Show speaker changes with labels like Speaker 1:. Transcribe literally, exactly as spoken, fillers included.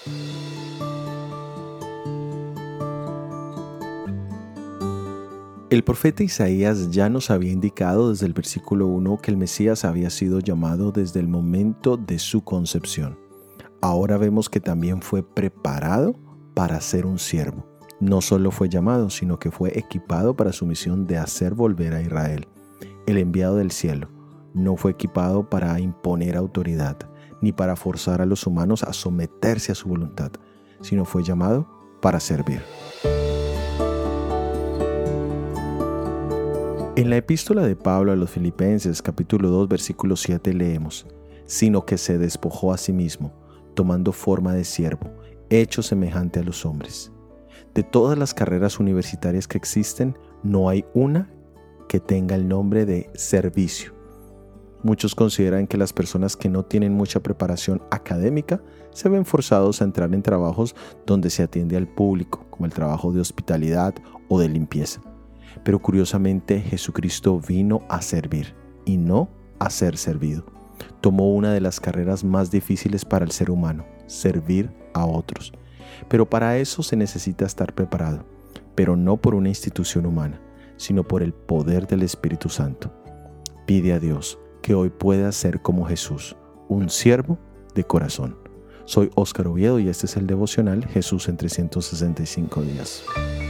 Speaker 1: El profeta Isaías ya nos había indicado desde el versículo uno que el Mesías había sido llamado desde el momento de su concepción. Ahora vemos que también fue preparado para ser un siervo. No solo fue llamado, sino que fue equipado para su misión de hacer volver a Israel. El enviado del cielo no fue equipado para imponer autoridad, ni para forzar a los humanos a someterse a su voluntad, sino fue llamado para servir. En la epístola de Pablo a los Filipenses, capítulo dos, versículo siete, leemos: «Sino que se despojó a sí mismo, tomando forma de siervo, hecho semejante a los hombres». De todas las carreras universitarias que existen, no hay una que tenga el nombre de servicio. Muchos consideran que las personas que no tienen mucha preparación académica se ven forzados a entrar en trabajos donde se atiende al público, como el trabajo de hospitalidad o de limpieza. Pero curiosamente, Jesucristo vino a servir y no a ser servido. Tomó una de las carreras más difíciles para el ser humano: servir a otros. Pero para eso se necesita estar preparado, pero no por una institución humana, sino por el poder del Espíritu Santo. Pide a Dios que hoy puedas ser como Jesús, un siervo de corazón. Soy Óscar Oviedo y este es el devocional Jesús en trescientos sesenta y cinco días.